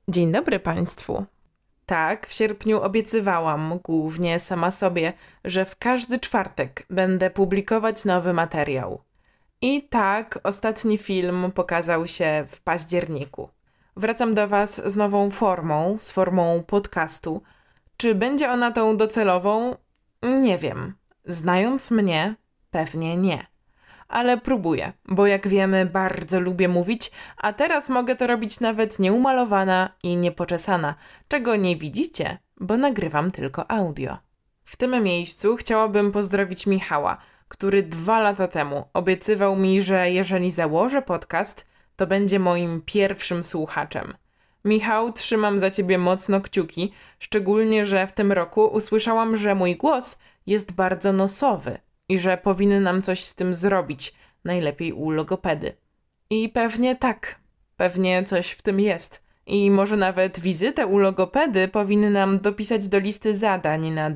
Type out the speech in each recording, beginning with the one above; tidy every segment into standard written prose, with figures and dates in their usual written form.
Dzień dobry Państwu. Tak, w sierpniu obiecywałam, głównie sama sobie, że w każdy czwartek będę publikować nowy materiał. I tak, ostatni film pokazał się w październiku. Wracam do Was z nową formą, z formą podcastu. Czy będzie ona tą docelową? Nie wiem. Znając mnie, pewnie nie. Ale próbuję, bo jak wiemy, bardzo lubię mówić, a teraz mogę to robić nawet nieumalowana i niepoczesana, czego nie widzicie, bo nagrywam tylko audio. W tym miejscu chciałabym pozdrowić Michała, który 2 lata temu obiecywał mi, że jeżeli założę podcast, to będzie moim pierwszym słuchaczem. Michał, trzymam za ciebie mocno kciuki, szczególnie, że w tym roku usłyszałam, że mój głos jest bardzo nosowy i że powinnam coś z tym zrobić, najlepiej u logopedy. I pewnie tak, pewnie coś w tym jest. I może nawet wizytę u logopedy powinnam dopisać do listy zadań na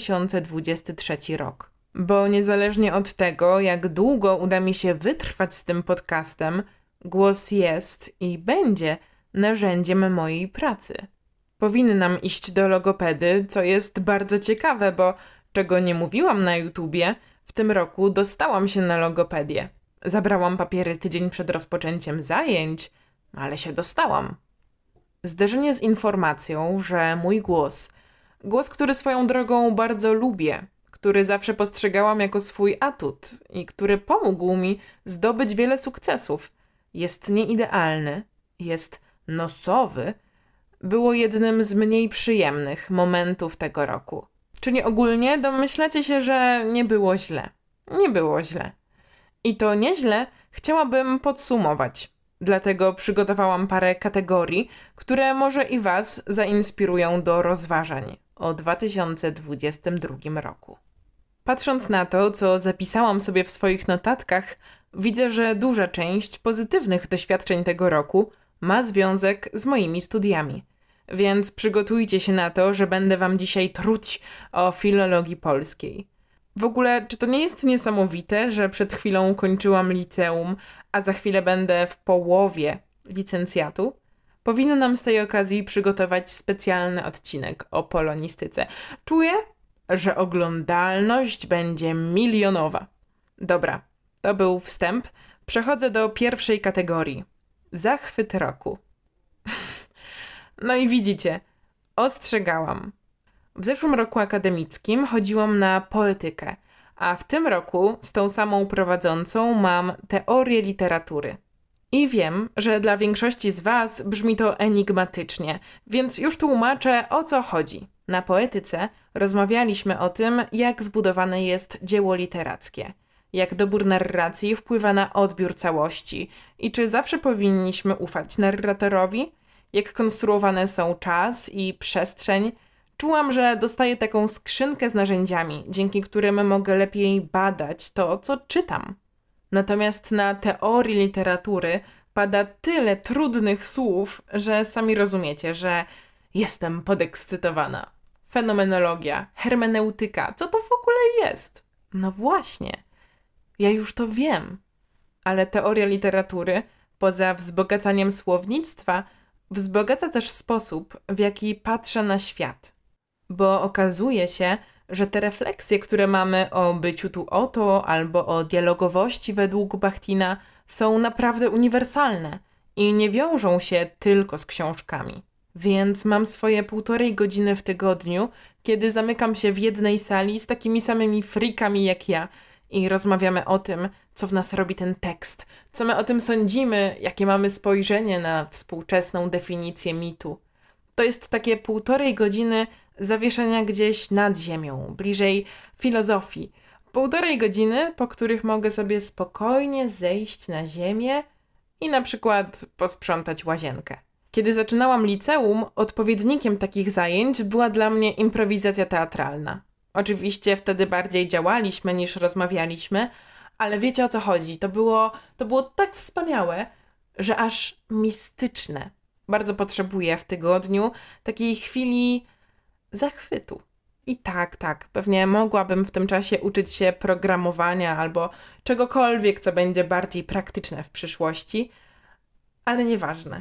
2023 rok. Bo niezależnie od tego, jak długo uda mi się wytrwać z tym podcastem, głos jest i będzie narzędziem mojej pracy. Powinnam iść do logopedy, co jest bardzo ciekawe, bo czego nie mówiłam na YouTubie, w tym roku dostałam się na logopedię. Zabrałam papiery tydzień przed rozpoczęciem zajęć, ale się dostałam. Zderzenie z informacją, że mój głos, który swoją drogą bardzo lubię, który zawsze postrzegałam jako swój atut i który pomógł mi zdobyć wiele sukcesów, jest nieidealny, jest nosowy, było jednym z mniej przyjemnych momentów tego roku. Czyli ogólnie domyślacie się, że nie było źle. Nie było źle. I to nieźle chciałabym podsumować. Dlatego przygotowałam parę kategorii, które może i Was zainspirują do rozważań o 2022 roku. Patrząc na to, co zapisałam sobie w swoich notatkach, widzę, że duża część pozytywnych doświadczeń tego roku ma związek z moimi studiami. Więc przygotujcie się na to, że będę Wam dzisiaj truć o filologii polskiej. W ogóle, czy to nie jest niesamowite, że przed chwilą kończyłam liceum, a za chwilę będę w połowie licencjatu? Powinnam z tej okazji przygotować specjalny odcinek o polonistyce. Czuję, że oglądalność będzie milionowa. Dobra, to był wstęp. Przechodzę do pierwszej kategorii. Zachwyt roku. No i widzicie, ostrzegałam. W zeszłym roku akademickim chodziłam na poetykę, a w tym roku z tą samą prowadzącą mam teorię literatury. I wiem, że dla większości z Was brzmi to enigmatycznie, więc już tłumaczę, o co chodzi. Na poetyce rozmawialiśmy o tym, jak zbudowane jest dzieło literackie, jak dobór narracji wpływa na odbiór całości i czy zawsze powinniśmy ufać narratorowi, jak konstruowane są czas i przestrzeń. Czułam, że dostaję taką skrzynkę z narzędziami, dzięki którym mogę lepiej badać to, co czytam. Natomiast na teorii literatury pada tyle trudnych słów, że sami rozumiecie, że jestem podekscytowana. Fenomenologia, hermeneutyka, co to w ogóle jest? No właśnie, ja już to wiem. Ale teoria literatury, poza wzbogacaniem słownictwa, wzbogaca też sposób, w jaki patrzę na świat. Bo okazuje się, że te refleksje, które mamy o byciu tu oto albo o dialogowości według Bachtina, są naprawdę uniwersalne i nie wiążą się tylko z książkami. Więc mam swoje 1,5 godziny w tygodniu, kiedy zamykam się w jednej sali z takimi samymi freakami jak ja i rozmawiamy o tym, co w nas robi ten tekst, co my o tym sądzimy, jakie mamy spojrzenie na współczesną definicję mitu. To jest takie 1,5 godziny zawieszenia gdzieś nad ziemią, bliżej filozofii. 1,5 godziny, po których mogę sobie spokojnie zejść na ziemię i na przykład posprzątać łazienkę. Kiedy zaczynałam liceum, odpowiednikiem takich zajęć była dla mnie improwizacja teatralna. Oczywiście wtedy bardziej działaliśmy niż rozmawialiśmy, ale wiecie o co chodzi. To było tak wspaniałe, że aż mistyczne. Bardzo potrzebuję w tygodniu takiej chwili zachwytu. I tak, pewnie mogłabym w tym czasie uczyć się programowania albo czegokolwiek, co będzie bardziej praktyczne w przyszłości, ale nieważne.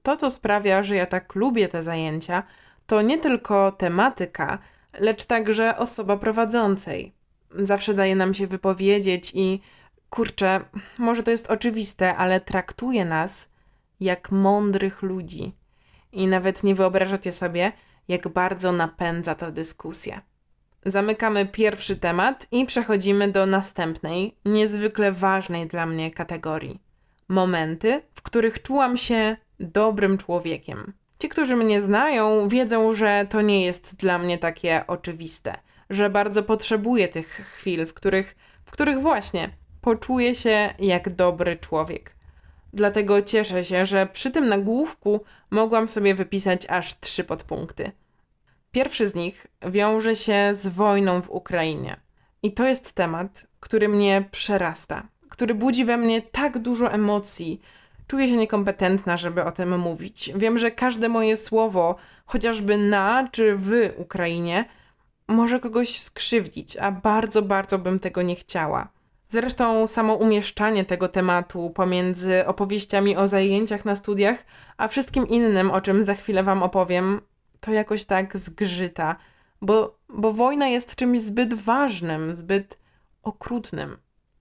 to, co sprawia, że ja tak lubię te zajęcia, to nie tylko tematyka, lecz także osoba prowadzącej. Zawsze daje nam się wypowiedzieć i kurczę, może to jest oczywiste, ale traktuje nas jak mądrych ludzi. I nawet nie wyobrażacie sobie, jak bardzo napędza to dyskusję. Zamykamy pierwszy temat i przechodzimy do następnej, niezwykle ważnej dla mnie kategorii. Momenty, w których czułam się dobrym człowiekiem. Ci, którzy mnie znają, wiedzą, że to nie jest dla mnie takie oczywiste, że bardzo potrzebuję tych chwil, w których właśnie poczuję się jak dobry człowiek. Dlatego cieszę się, że przy tym nagłówku mogłam sobie wypisać aż 3 podpunkty. Pierwszy z nich wiąże się z wojną w Ukrainie. I to jest temat, który mnie przerasta, który budzi we mnie tak dużo emocji. Czuję się niekompetentna, żeby o tym mówić. Wiem, że każde moje słowo, chociażby na czy w Ukrainie, może kogoś skrzywdzić, a bardzo, bardzo bym tego nie chciała. Zresztą samo umieszczanie tego tematu pomiędzy opowieściami o zajęciach na studiach, a wszystkim innym, o czym za chwilę wam opowiem, to jakoś tak zgrzyta, bo wojna jest czymś zbyt ważnym, zbyt okrutnym.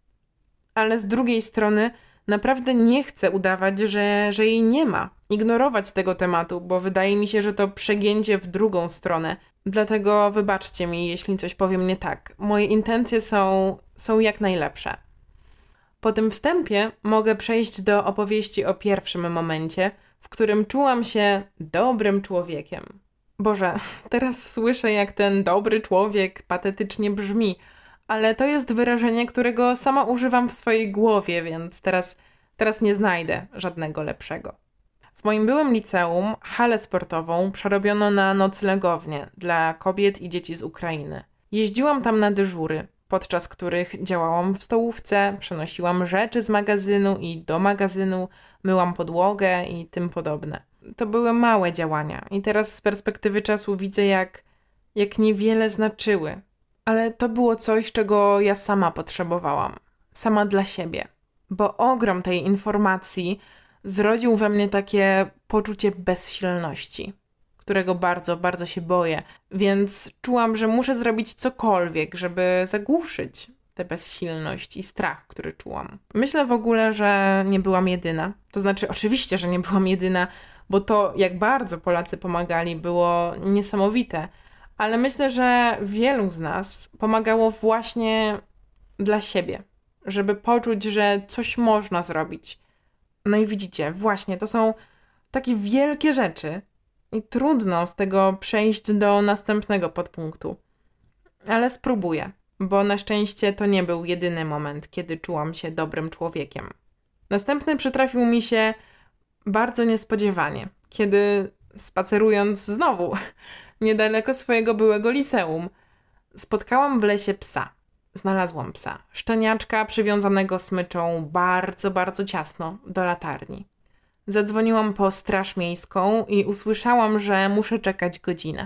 Ale z drugiej strony naprawdę nie chcę udawać, że jej nie ma, ignorować tego tematu, bo wydaje mi się, że to przegięcie w drugą stronę. Dlatego wybaczcie mi, jeśli coś powiem nie tak. Moje intencje są jak najlepsze. Po tym wstępie mogę przejść do opowieści o pierwszym momencie, w którym czułam się dobrym człowiekiem. Boże, teraz słyszę, jak ten dobry człowiek patetycznie brzmi, ale to jest wyrażenie, którego sama używam w swojej głowie, więc teraz nie znajdę żadnego lepszego. W moim byłym liceum halę sportową przerobiono na noclegownię dla kobiet i dzieci z Ukrainy. Jeździłam tam na dyżury, podczas których działałam w stołówce, przenosiłam rzeczy z magazynu i do magazynu, myłam podłogę i tym podobne. To były małe działania i teraz z perspektywy czasu widzę, jak niewiele znaczyły. Ale to było coś, czego ja sama potrzebowałam. Sama dla siebie. Bo ogrom tej informacji zrodził we mnie takie poczucie bezsilności, którego bardzo, bardzo się boję. Więc czułam, że muszę zrobić cokolwiek, żeby zagłuszyć tę bezsilność i strach, który czułam. Myślę w ogóle, że nie byłam jedyna. To znaczy, oczywiście, że nie byłam jedyna, bo to, jak bardzo Polacy pomagali, było niesamowite. Ale myślę, że wielu z nas pomagało właśnie dla siebie, żeby poczuć, że coś można zrobić. No i widzicie, właśnie, to są takie wielkie rzeczy i trudno z tego przejść do następnego podpunktu. Ale spróbuję, bo na szczęście to nie był jedyny moment, kiedy czułam się dobrym człowiekiem. Następny przytrafił mi się bardzo niespodziewanie, kiedy spacerując znowu niedaleko swojego byłego liceum, spotkałam w lesie psa. Znalazłam psa, szczeniaczka przywiązanego smyczą bardzo, bardzo ciasno do latarni. Zadzwoniłam po straż miejską i usłyszałam, że muszę czekać godzinę.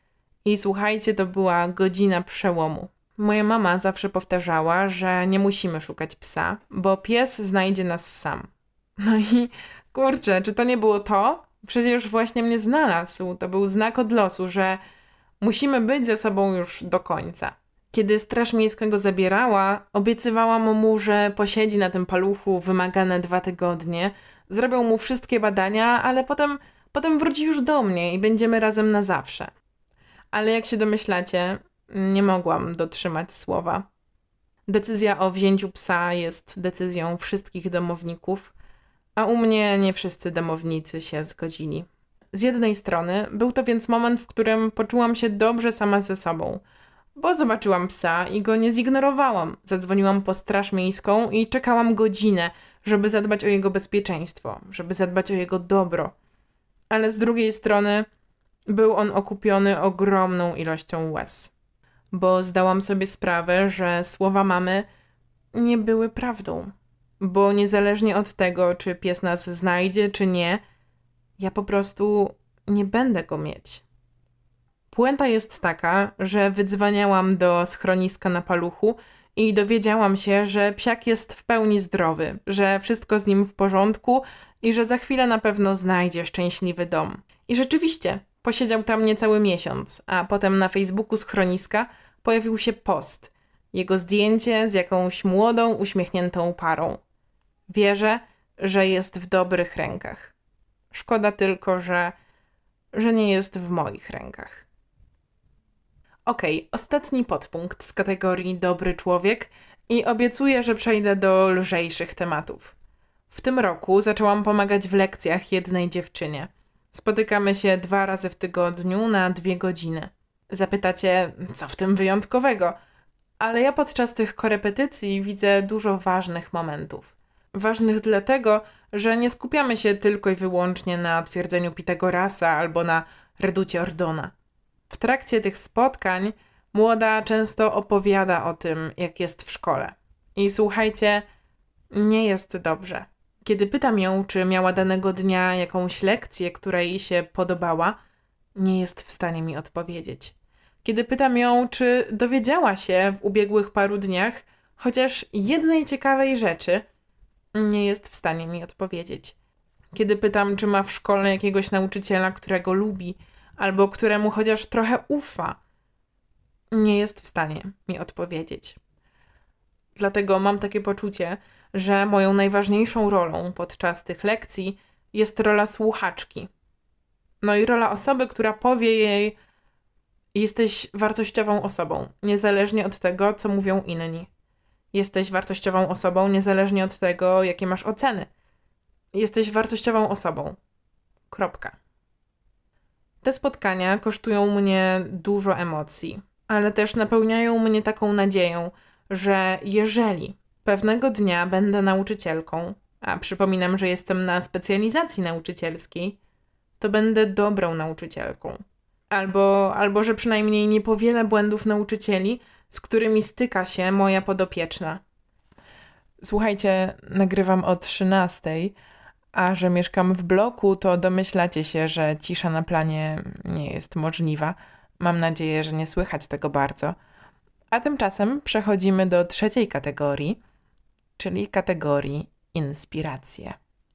I słuchajcie, to była godzina przełomu. Moja mama zawsze powtarzała, że nie musimy szukać psa, bo pies znajdzie nas sam. No i kurczę, czy to nie było to? Przecież właśnie mnie znalazł. To był znak od losu, że musimy być ze sobą już do końca. Kiedy straż miejska go zabierała, obiecywałam mu, że posiedzi na tym paluchu wymagane 2 tygodnie, zrobią mu wszystkie badania, ale potem wróci już do mnie i będziemy razem na zawsze. Ale jak się domyślacie, nie mogłam dotrzymać słowa. Decyzja o wzięciu psa jest decyzją wszystkich domowników, a u mnie nie wszyscy domownicy się zgodzili. Z jednej strony był to więc moment, w którym poczułam się dobrze sama ze sobą, bo zobaczyłam psa i go nie zignorowałam. Zadzwoniłam po straż miejską i czekałam godzinę, żeby zadbać o jego bezpieczeństwo, żeby zadbać o jego dobro. Ale z drugiej strony był on okupiony ogromną ilością łez, bo zdałam sobie sprawę, że słowa mamy nie były prawdą, bo niezależnie od tego, czy pies nas znajdzie, czy nie, ja po prostu nie będę go mieć. Puenta jest taka, że wydzwaniałam do schroniska na paluchu i dowiedziałam się, że psiak jest w pełni zdrowy, że wszystko z nim w porządku i że za chwilę na pewno znajdzie szczęśliwy dom. I rzeczywiście, posiedział tam niecały miesiąc, a potem na Facebooku schroniska pojawił się post. Jego zdjęcie z jakąś młodą, uśmiechniętą parą. Wierzę, że jest w dobrych rękach. Szkoda tylko, że nie jest w moich rękach. Okej, ostatni podpunkt z kategorii dobry człowiek i obiecuję, że przejdę do lżejszych tematów. W tym roku zaczęłam pomagać w lekcjach jednej dziewczynie. Spotykamy się 2 razy w tygodniu na 2 godziny. Zapytacie, co w tym wyjątkowego? Ale ja podczas tych korepetycji widzę dużo ważnych momentów. Ważnych dlatego, że nie skupiamy się tylko i wyłącznie na twierdzeniu Pitagorasa albo na reducie Ordona. W trakcie tych spotkań młoda często opowiada o tym, jak jest w szkole. I słuchajcie, nie jest dobrze. Kiedy pytam ją, czy miała danego dnia jakąś lekcję, która jej się podobała, nie jest w stanie mi odpowiedzieć. Kiedy pytam ją, czy dowiedziała się w ubiegłych paru dniach chociaż jednej ciekawej rzeczy, nie jest w stanie mi odpowiedzieć. Kiedy pytam, czy ma w szkole jakiegoś nauczyciela, którego lubi, albo któremu chociaż trochę ufa, nie jest w stanie mi odpowiedzieć. Dlatego mam takie poczucie, że moją najważniejszą rolą podczas tych lekcji jest rola słuchaczki. No i rola osoby, która powie jej: jesteś wartościową osobą, niezależnie od tego, co mówią inni. Jesteś wartościową osobą, niezależnie od tego, jakie masz oceny. Jesteś wartościową osobą. Kropka. Te spotkania kosztują mnie dużo emocji, ale też napełniają mnie taką nadzieją, że jeżeli pewnego dnia będę nauczycielką, a przypominam, że jestem na specjalizacji nauczycielskiej, to będę dobrą nauczycielką. Albo że przynajmniej nie powielę błędów nauczycieli, z którymi styka się moja podopieczna. Słuchajcie, nagrywam o 13:00, a że mieszkam w bloku, to domyślacie się, że cisza na planie nie jest możliwa. Mam nadzieję, że nie słychać tego bardzo. A tymczasem przechodzimy do 3. kategorii, czyli kategorii inspiracje.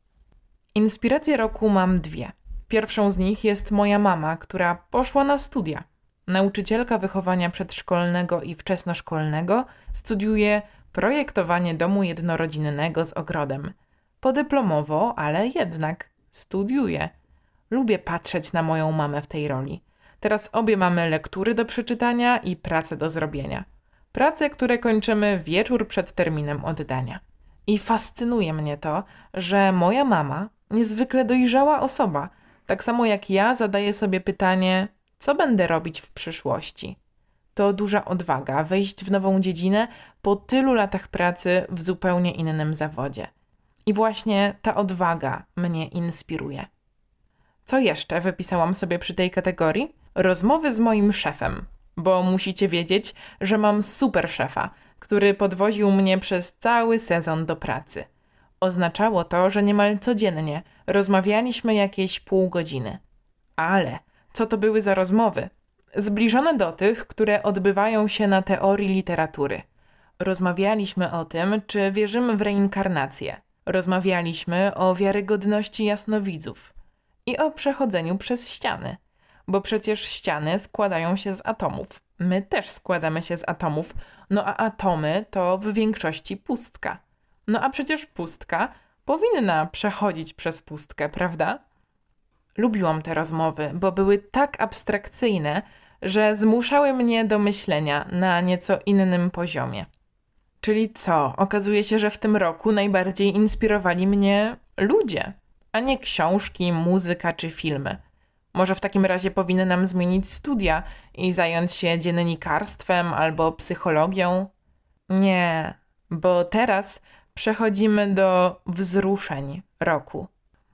Inspiracje roku mam 2. Pierwszą z nich jest moja mama, która poszła na studia. Nauczycielka wychowania przedszkolnego i wczesnoszkolnego, studiuje projektowanie domu jednorodzinnego z ogrodem. Podyplomowo, ale jednak studiuje. Lubię patrzeć na moją mamę w tej roli. Teraz obie mamy lektury do przeczytania i prace do zrobienia. Prace, które kończymy wieczór przed terminem oddania. I fascynuje mnie to, że moja mama, niezwykle dojrzała osoba, tak samo jak ja, zadaje sobie pytanie, co będę robić w przyszłości. To duża odwaga wejść w nową dziedzinę po tylu latach pracy w zupełnie innym zawodzie. I właśnie ta odwaga mnie inspiruje. Co jeszcze wypisałam sobie przy tej kategorii? Rozmowy z moim szefem, bo musicie wiedzieć, że mam super szefa, który podwoził mnie przez cały sezon do pracy. Oznaczało to, że niemal codziennie rozmawialiśmy jakieś pół godziny. Ale co to były za rozmowy? Zbliżone do tych, które odbywają się na teorii literatury. Rozmawialiśmy o tym, czy wierzymy w reinkarnację. Rozmawialiśmy o wiarygodności jasnowidzów i o przechodzeniu przez ściany. Bo przecież ściany składają się z atomów. My też składamy się z atomów, no a atomy to w większości pustka. No a przecież pustka powinna przechodzić przez pustkę, prawda? Lubiłam te rozmowy, bo były tak abstrakcyjne, że zmuszały mnie do myślenia na nieco innym poziomie. Czyli co? Okazuje się, że w tym roku najbardziej inspirowali mnie ludzie, a nie książki, muzyka czy filmy. Może w takim razie powinnam zmienić studia i zająć się dziennikarstwem albo psychologią? Nie, bo teraz przechodzimy do wzruszeń roku.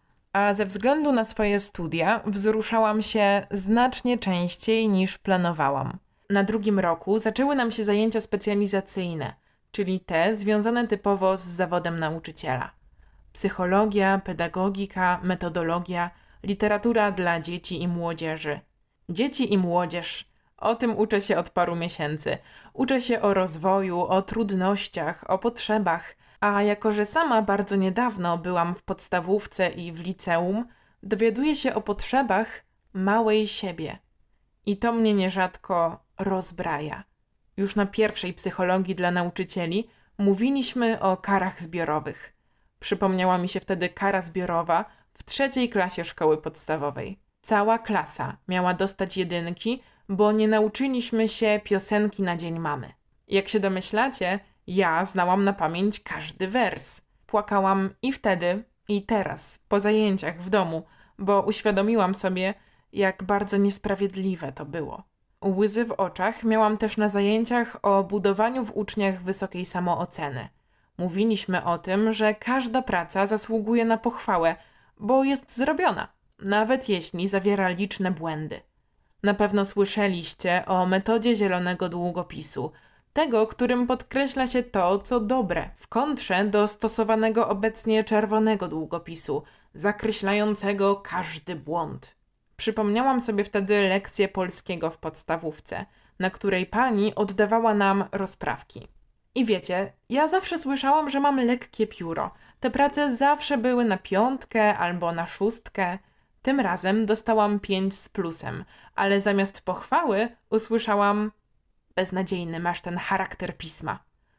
A ze względu na swoje studia wzruszałam się znacznie częściej niż planowałam. Na 2. roku zaczęły nam się zajęcia specjalizacyjne, czyli te związane typowo z zawodem nauczyciela. Psychologia, pedagogika, metodologia, literatura dla dzieci i młodzieży. Dzieci i młodzież. O tym uczę się od paru miesięcy. Uczę się o rozwoju, o trudnościach, o potrzebach, A jako, że sama bardzo niedawno byłam w podstawówce i w liceum, dowiaduję się o potrzebach małej siebie. I to mnie nierzadko rozbraja. Już na pierwszej psychologii dla nauczycieli mówiliśmy o karach zbiorowych. Przypomniała mi się wtedy kara zbiorowa w 3. klasie szkoły podstawowej. Cała klasa miała dostać 1, bo nie nauczyliśmy się piosenki na Dzień Mamy. Jak się domyślacie, ja znałam na pamięć każdy wers. Płakałam i wtedy, i teraz, po zajęciach w domu, bo uświadomiłam sobie, jak bardzo niesprawiedliwe to było. Łzy w oczach miałam też na zajęciach o budowaniu w uczniach wysokiej samooceny. Mówiliśmy o tym, że każda praca zasługuje na pochwałę, bo jest zrobiona, nawet jeśli zawiera liczne błędy. Na pewno słyszeliście o metodzie zielonego długopisu, tego, którym podkreśla się to, co dobre, w kontrze do stosowanego obecnie czerwonego długopisu, zakreślającego każdy błąd. Przypomniałam sobie wtedy lekcję polskiego w podstawówce, na której pani oddawała nam rozprawki. I wiecie, ja zawsze słyszałam, że mam lekkie pióro. Te prace zawsze były na 5 albo na 6. Tym razem dostałam 5 z plusem, ale zamiast pochwały usłyszałam: beznadziejny masz ten charakter pisma.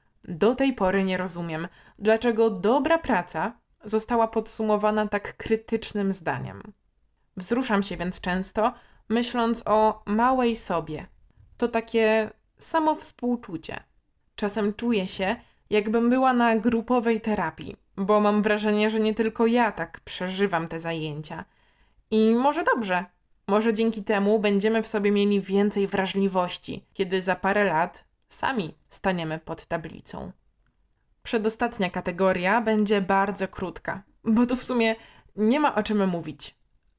Do tej pory nie rozumiem, dlaczego dobra praca została podsumowana tak krytycznym zdaniem. Wzruszam się więc często, myśląc o małej sobie. To takie samowspółczucie. Czasem czuję się, jakbym była na grupowej terapii, bo mam wrażenie, że nie tylko ja tak przeżywam te zajęcia. I może dobrze. Może dzięki temu będziemy w sobie mieli więcej wrażliwości, kiedy za parę lat sami staniemy pod tablicą. Przedostatnia kategoria będzie bardzo krótka, bo tu w sumie nie ma o czym mówić.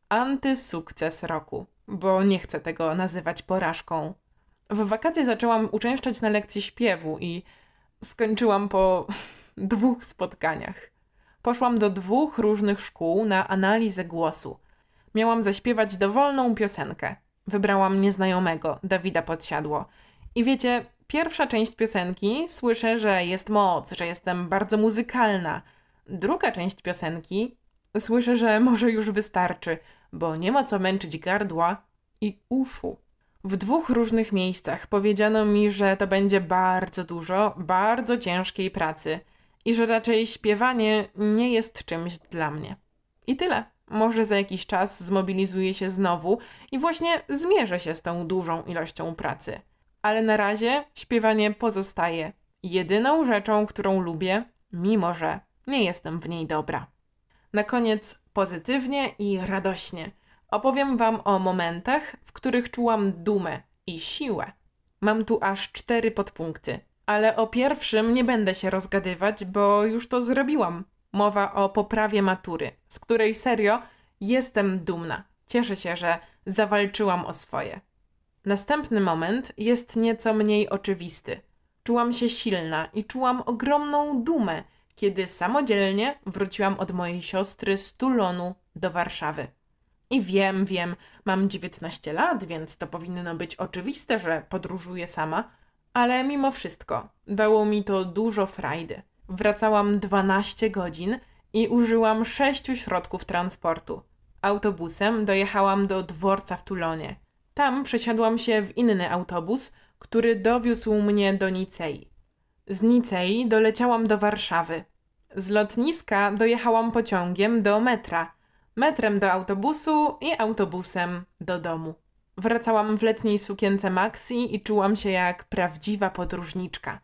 Antysukces roku, bo nie chcę tego nazywać porażką. W wakacje zaczęłam uczęszczać na lekcje śpiewu i skończyłam po 2 spotkaniach. Poszłam do 2 różnych szkół na analizę głosu. Miałam zaśpiewać dowolną piosenkę. Wybrałam Nieznajomego, Dawida Podsiadło. I wiecie, pierwsza część piosenki słyszę, że jest moc, że jestem bardzo muzykalna. Druga część piosenki słyszę, że może już wystarczy, bo nie ma co męczyć gardła i uszu. W 2 różnych miejscach powiedziano mi, że to będzie bardzo dużo, bardzo ciężkiej pracy i że raczej śpiewanie nie jest czymś dla mnie. I tyle. Może za jakiś czas zmobilizuję się znowu i właśnie zmierzę się z tą dużą ilością pracy. Ale na razie śpiewanie pozostaje jedyną rzeczą, którą lubię, mimo że nie jestem w niej dobra. Na koniec pozytywnie i radośnie opowiem wam o momentach, w których czułam dumę i siłę. Mam tu aż 4 podpunkty, ale o pierwszym nie będę się rozgadywać, bo już to zrobiłam. Mowa o poprawie matury, z której serio jestem dumna. Cieszę się, że zawalczyłam o swoje. Następny moment jest nieco mniej oczywisty. Czułam się silna i czułam ogromną dumę, kiedy samodzielnie wróciłam od mojej siostry z Toulonu do Warszawy. I wiem, mam 19 lat, więc to powinno być oczywiste, że podróżuję sama, ale mimo wszystko dało mi to dużo frajdy. Wracałam 12 godzin i użyłam 6 środków transportu. Autobusem dojechałam do dworca w Toulonie. Tam przesiadłam się w inny autobus, który dowiózł mnie do Nicei. Z Nicei doleciałam do Warszawy. Z lotniska dojechałam pociągiem do metra, metrem do autobusu i autobusem do domu. Wracałam w letniej sukience maxi i czułam się jak prawdziwa podróżniczka.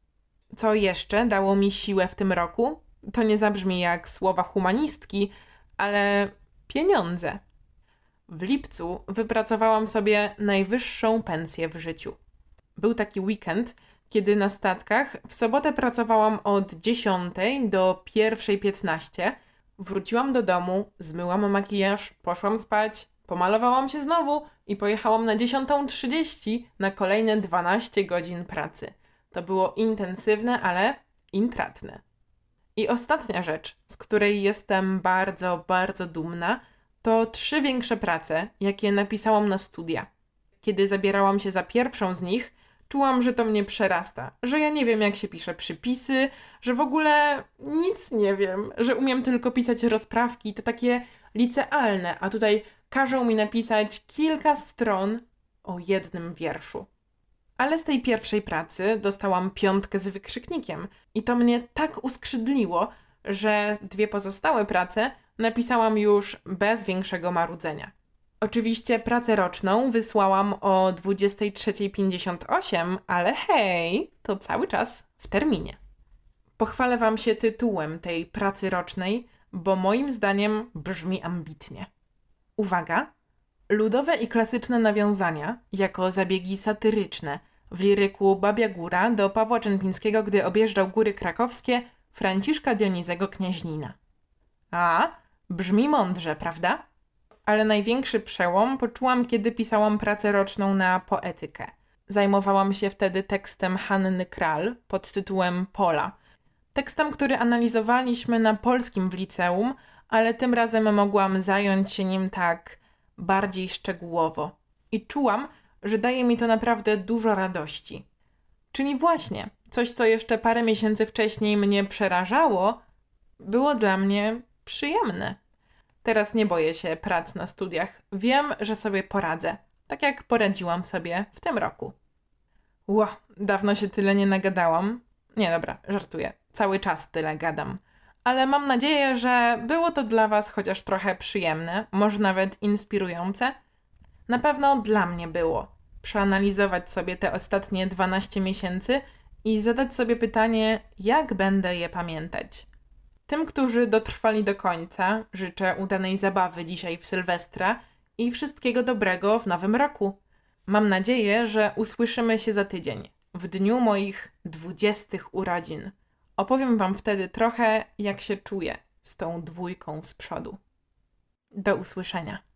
Co jeszcze dało mi siłę w tym roku? To nie zabrzmi jak słowa humanistki, ale pieniądze. W lipcu wypracowałam sobie najwyższą pensję w życiu. Był taki weekend, kiedy na statkach w sobotę pracowałam od 10 do 1:15. Wróciłam do domu, zmyłam makijaż, poszłam spać, pomalowałam się znowu i pojechałam na 10:30 na kolejne 12 godzin pracy. To było intensywne, ale intratne. I ostatnia rzecz, z której jestem bardzo, bardzo dumna, to 3 większe prace, jakie napisałam na studia. Kiedy zabierałam się za pierwszą z nich, Czułam, że to mnie przerasta, że ja nie wiem, jak się pisze przypisy, że w ogóle nic nie wiem, że umiem tylko pisać rozprawki, te takie licealne, a tutaj każą mi napisać kilka stron o jednym wierszu. Ale z tej pierwszej pracy dostałam 5 z wykrzyknikiem i to mnie tak uskrzydliło, że 2 pozostałe prace napisałam już bez większego marudzenia. Oczywiście pracę roczną wysłałam o 23:58, ale hej, to cały czas w terminie. Pochwalę wam się tytułem tej pracy rocznej, bo moim zdaniem brzmi ambitnie. Uwaga! Ludowe i klasyczne nawiązania, jako zabiegi satyryczne, w liryku Babia Góra do Pawła Czempińskiego, gdy objeżdżał góry krakowskie Franciszka Dionizego Kniaźnina. A, brzmi mądrze, prawda? Ale największy przełom poczułam, kiedy pisałam pracę roczną na poetykę. Zajmowałam się wtedy tekstem Hanny Kral pod tytułem Pola. Tekstem, który analizowaliśmy na polskim w liceum, ale tym razem mogłam zająć się nim tak bardziej szczegółowo. I czułam, że daje mi to naprawdę dużo radości. Czyli właśnie, coś co jeszcze parę miesięcy wcześniej mnie przerażało, było dla mnie przyjemne. Teraz nie boję się prac na studiach. Wiem, że sobie poradzę. Tak jak poradziłam sobie w tym roku. Dawno się tyle nie nagadałam. Nie, dobra, żartuję. Cały czas tyle gadam. Ale mam nadzieję, że było to dla was chociaż trochę przyjemne, może nawet inspirujące. Na pewno dla mnie było. Przeanalizować sobie te ostatnie 12 miesięcy i zadać sobie pytanie, jak będę je pamiętać. Tym, którzy dotrwali do końca, życzę udanej zabawy dzisiaj w Sylwestra i wszystkiego dobrego w nowym roku. Mam nadzieję, że usłyszymy się za tydzień, w dniu moich 20 urodzin. Opowiem wam wtedy trochę, jak się czuję z tą 2 z przodu. Do usłyszenia.